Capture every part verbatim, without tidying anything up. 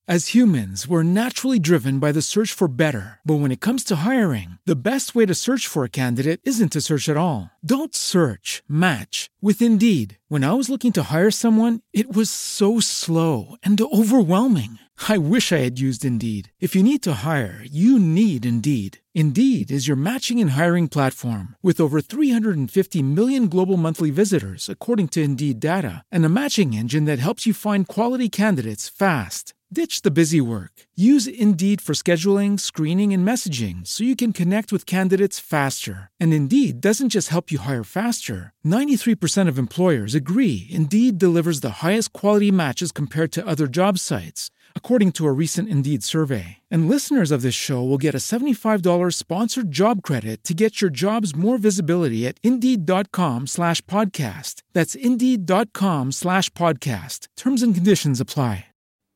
As humans, we're naturally driven by the search for better. But when it comes to hiring, the best way to search for a candidate isn't to search at all. Don't search, match with Indeed. When I was looking to hire someone, it was so slow and overwhelming. I wish I had used Indeed. If you need to hire, you need Indeed. Indeed is your matching and hiring platform with over three hundred fifty million global monthly visitors, according to Indeed data, and a matching engine that helps you find quality candidates fast. Ditch the busy work. Use Indeed for scheduling, screening, and messaging so you can connect with candidates faster. And Indeed doesn't just help you hire faster. ninety-three percent of employers agree Indeed delivers the highest quality matches compared to other job sites, according to a recent Indeed survey. And listeners of this show will get a seventy-five dollars sponsored job credit to get your jobs more visibility at Indeed.com slash podcast. That's Indeed.com slash podcast. Terms and conditions apply.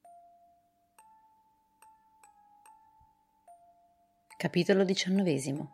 Capitolo diciannovesimo.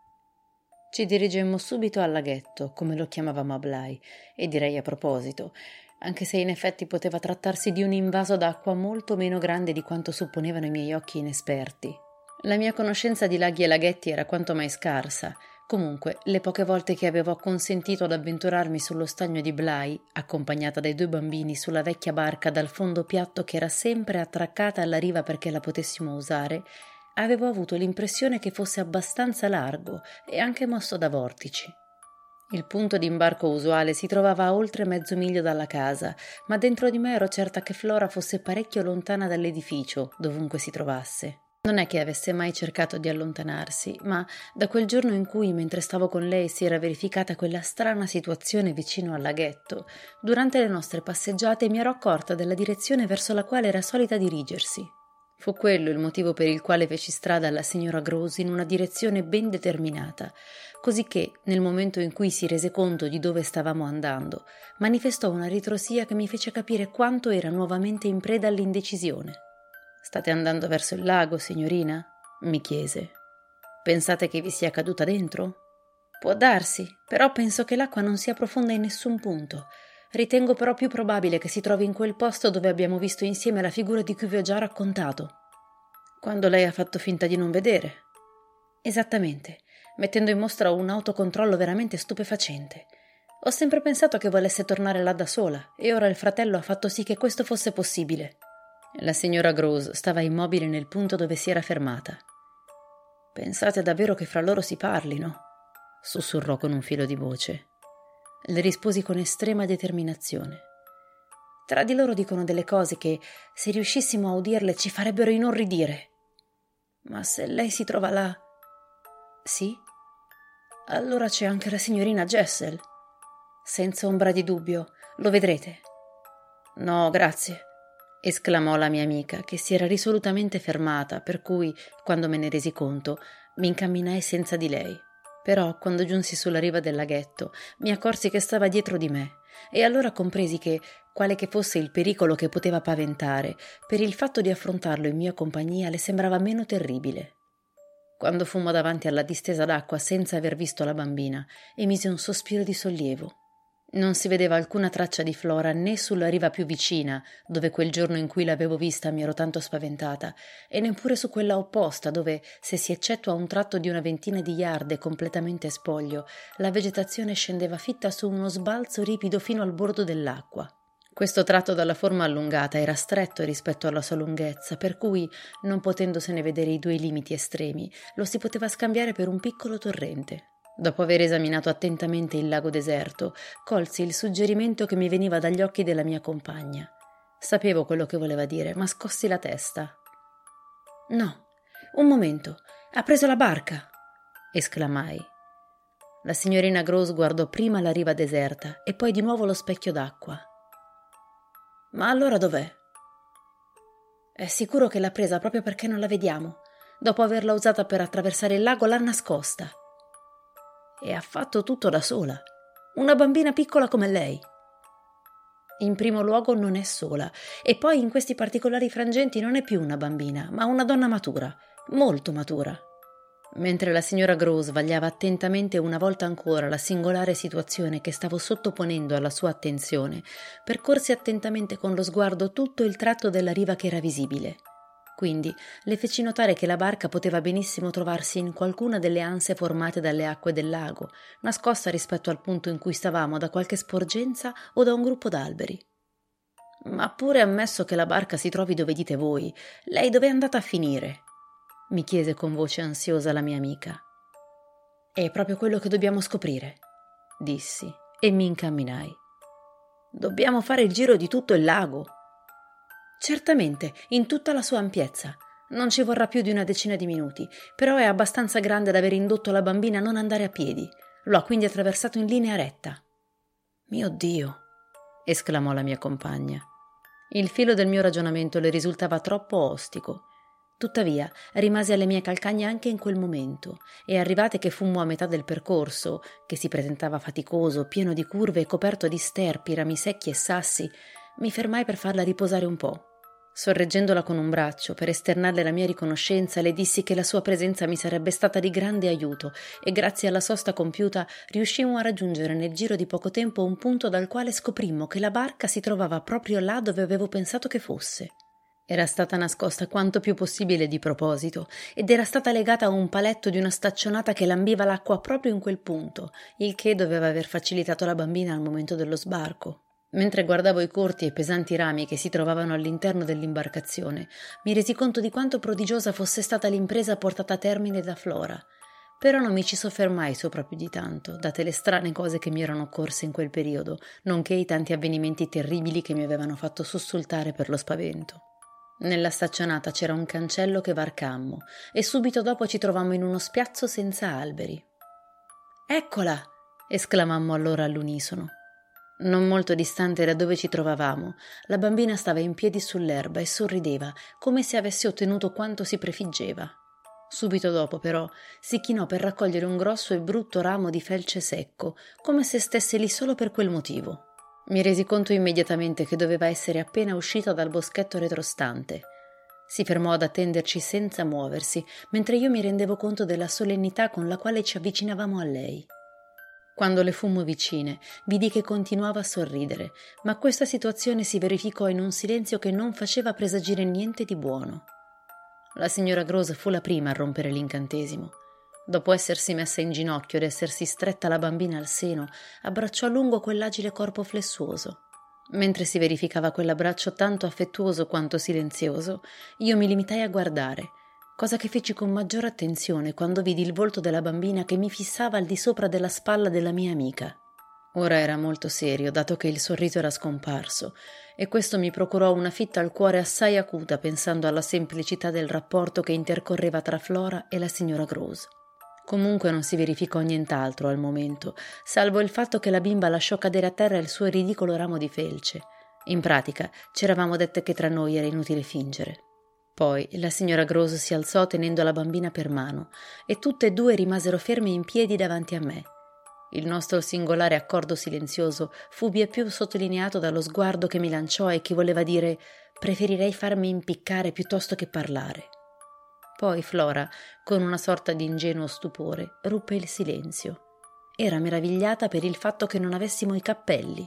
Ci dirigemmo subito al laghetto, come lo chiamavamo a Bly, e direi a proposito, anche se in effetti poteva trattarsi di un invaso d'acqua molto meno grande di quanto supponevano i miei occhi inesperti. La mia conoscenza di laghi e laghetti era quanto mai scarsa. Comunque, le poche volte che avevo acconsentito ad avventurarmi sullo stagno di Bly, accompagnata dai due bambini sulla vecchia barca dal fondo piatto che era sempre attraccata alla riva perché la potessimo usare, avevo avuto l'impressione che fosse abbastanza largo e anche mosso da vortici. Il punto d'imbarco usuale si trovava a oltre mezzo miglio dalla casa, ma dentro di me ero certa che Flora fosse parecchio lontana dall'edificio, dovunque si trovasse. Non è che avesse mai cercato di allontanarsi, ma da quel giorno in cui, mentre stavo con lei, si era verificata quella strana situazione vicino al laghetto, durante le nostre passeggiate mi ero accorta della direzione verso la quale era solita dirigersi. Fu quello il motivo per il quale feci strada alla signora Gross in una direzione ben determinata, cosicché, nel momento in cui si rese conto di dove stavamo andando, manifestò una ritrosia che mi fece capire quanto era nuovamente in preda all'indecisione. «State andando verso il lago, signorina?» mi chiese. «Pensate che vi sia caduta dentro?» «Può darsi, però penso che l'acqua non sia profonda in nessun punto. Ritengo però più probabile che si trovi in quel posto dove abbiamo visto insieme la figura di cui vi ho già raccontato». «Quando lei ha fatto finta di non vedere?» «Esattamente, mettendo in mostra un autocontrollo veramente stupefacente. Ho sempre pensato che volesse tornare là da sola e ora il fratello ha fatto sì che questo fosse possibile». La signora Gross stava immobile nel punto dove si era fermata. «Pensate davvero che fra loro si parlino?» sussurrò con un filo di voce. Le risposi con estrema determinazione. «Tra di loro dicono delle cose che, se riuscissimo a udirle, ci farebbero inorridire». «Ma se lei si trova là?» «Sì?» «Allora c'è anche la signorina Jessel?» «Senza ombra di dubbio. Lo vedrete». «No, grazie», esclamò la mia amica, che si era risolutamente fermata, per cui, quando me ne resi conto, mi incamminai senza di lei. Però, quando giunsi sulla riva del laghetto, mi accorsi che stava dietro di me, e allora compresi che, quale che fosse il pericolo che poteva paventare, per il fatto di affrontarlo in mia compagnia le sembrava meno terribile. Quando fummo davanti alla distesa d'acqua senza aver visto la bambina, emise un sospiro di sollievo. Non si vedeva alcuna traccia di Flora né sulla riva più vicina, dove quel giorno in cui l'avevo vista mi ero tanto spaventata, e neppure su quella opposta, dove, se si eccettua un tratto di una ventina di yard completamente spoglio, la vegetazione scendeva fitta su uno sbalzo ripido fino al bordo dell'acqua. Questo tratto dalla forma allungata era stretto rispetto alla sua lunghezza, per cui, non potendosene vedere i due limiti estremi, lo si poteva scambiare per un piccolo torrente. Dopo aver esaminato attentamente il lago deserto, colsi il suggerimento che mi veniva dagli occhi della mia compagna. Sapevo quello che voleva dire, ma scossi la testa. «No, un momento, ha preso la barca!» esclamai. La signorina Gross guardò prima la riva deserta e poi di nuovo lo specchio d'acqua. «Ma allora dov'è?» «È sicuro che l'ha presa proprio perché non la vediamo. Dopo averla usata per attraversare il lago l'ha nascosta». «E ha fatto tutto da sola. Una bambina piccola come lei». «In primo luogo non è sola, e poi in questi particolari frangenti non è più una bambina, ma una donna matura, molto matura». Mentre la signora Gross vagliava attentamente una volta ancora la singolare situazione che stavo sottoponendo alla sua attenzione, percorse attentamente con lo sguardo tutto il tratto della riva che era visibile. Quindi le feci notare che la barca poteva benissimo trovarsi in qualcuna delle anse formate dalle acque del lago, nascosta rispetto al punto in cui stavamo da qualche sporgenza o da un gruppo d'alberi. «Ma pure ammesso che la barca si trovi dove dite voi, lei dove è andata a finire?» mi chiese con voce ansiosa la mia amica. «È proprio quello che dobbiamo scoprire», dissi e mi incamminai. «Dobbiamo fare il giro di tutto il lago». «Certamente, in tutta la sua ampiezza. Non ci vorrà più di una decina di minuti, però è abbastanza grande da aver indotto la bambina a non andare a piedi. Lo ha quindi attraversato in linea retta». «Mio Dio!» esclamò la mia compagna. Il filo del mio ragionamento le risultava troppo ostico. Tuttavia rimase alle mie calcagna anche in quel momento, e arrivate che fummo a metà del percorso, che si presentava faticoso, pieno di curve e coperto di sterpi, rami secchi e sassi, mi fermai per farla riposare un po'. Sorreggendola con un braccio per esternarle la mia riconoscenza, le dissi che la sua presenza mi sarebbe stata di grande aiuto e grazie alla sosta compiuta riuscimmo a raggiungere nel giro di poco tempo un punto dal quale scoprimmo che la barca si trovava proprio là dove avevo pensato che fosse. Era stata nascosta quanto più possibile di proposito ed era stata legata a un paletto di una staccionata che lambiva l'acqua proprio in quel punto, il che doveva aver facilitato la bambina al momento dello sbarco. Mentre guardavo i corti e pesanti rami che si trovavano all'interno dell'imbarcazione, mi resi conto di quanto prodigiosa fosse stata l'impresa portata a termine da Flora. Però non mi ci soffermai sopra più di tanto, date le strane cose che mi erano occorse in quel periodo, nonché i tanti avvenimenti terribili che mi avevano fatto sussultare per lo spavento. Nella staccionata c'era un cancello che varcammo e subito dopo ci trovammo in uno spiazzo senza alberi. «Eccola!» esclamammo allora all'unisono. Non molto distante da dove ci trovavamo, la bambina stava in piedi sull'erba e sorrideva, come se avesse ottenuto quanto si prefiggeva. Subito dopo, però, si chinò per raccogliere un grosso e brutto ramo di felce secco, come se stesse lì solo per quel motivo. Mi resi conto immediatamente che doveva essere appena uscita dal boschetto retrostante. Si fermò ad attenderci senza muoversi, mentre io mi rendevo conto della solennità con la quale ci avvicinavamo a lei. Quando le fummo vicine, vidi che continuava a sorridere, ma questa situazione si verificò in un silenzio che non faceva presagire niente di buono. La signora Gross fu la prima a rompere l'incantesimo. Dopo essersi messa in ginocchio ed essersi stretta la bambina al seno, abbracciò a lungo quell'agile corpo flessuoso. Mentre si verificava quell'abbraccio tanto affettuoso quanto silenzioso, io mi limitai a guardare, cosa che feci con maggior attenzione quando vidi il volto della bambina che mi fissava al di sopra della spalla della mia amica. Ora era molto serio, dato che il sorriso era scomparso, e questo mi procurò una fitta al cuore assai acuta pensando alla semplicità del rapporto che intercorreva tra Flora e la signora Gross. Comunque non si verificò nient'altro al momento, salvo il fatto che la bimba lasciò cadere a terra il suo ridicolo ramo di felce. In pratica, ci eravamo dette che tra noi era inutile fingere. Poi la signora Gross si alzò tenendo la bambina per mano, e tutte e due rimasero ferme in piedi davanti a me. Il nostro singolare accordo silenzioso fu vieppiù sottolineato dallo sguardo che mi lanciò e che voleva dire «preferirei farmi impiccare piuttosto che parlare». Poi Flora, con una sorta di ingenuo stupore, ruppe il silenzio. Era meravigliata per il fatto che non avessimo i cappelli.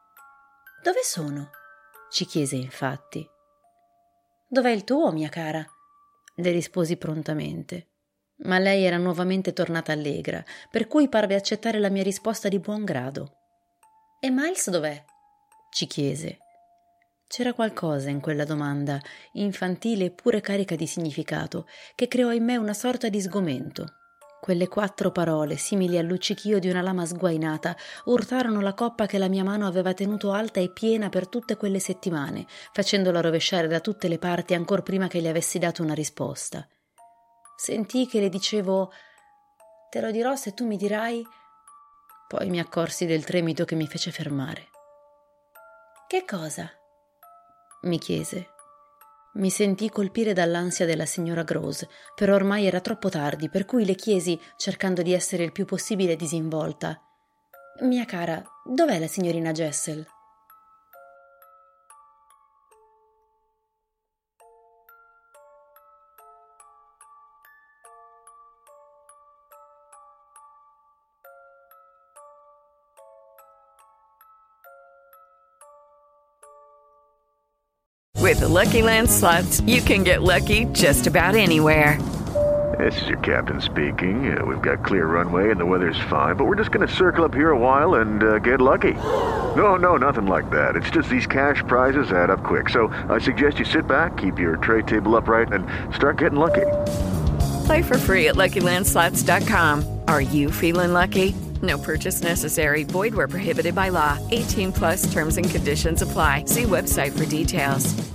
«Dove sono?» ci chiese infatti. «Dov'è il tuo, mia cara?» le risposi prontamente. Ma lei era nuovamente tornata allegra, per cui parve accettare la mia risposta di buon grado. «E Miles dov'è?» ci chiese. C'era qualcosa in quella domanda, infantile eppure carica di significato, che creò in me una sorta di sgomento. Quelle quattro parole, simili al luccichio di una lama sguainata, urtarono la coppa che la mia mano aveva tenuto alta e piena per tutte quelle settimane, facendola rovesciare da tutte le parti ancor prima che le avessi dato una risposta. Sentii che le dicevo «Te lo dirò se tu mi dirai...» Poi mi accorsi del tremito che mi fece fermare. «Che cosa?» mi chiese. Mi sentii colpire dall'ansia della signora Gross, però ormai era troppo tardi, per cui le chiesi, cercando di essere il più possibile disinvolta: «Mia cara, dov'è la signorina Jessel?» With the Lucky Land Slots, you can get lucky just about anywhere. This is your captain speaking. Uh, we've got clear runway and the weather's fine, but we're just going to circle up here a while and uh, get lucky. No, no, nothing like that. It's just these cash prizes add up quick. So I suggest you sit back, keep your tray table upright, and start getting lucky. Play for free at Lucky Land Slots dot com. Are you feeling lucky? No purchase necessary. Void where prohibited by law. eighteen plus terms and conditions apply. See website for details.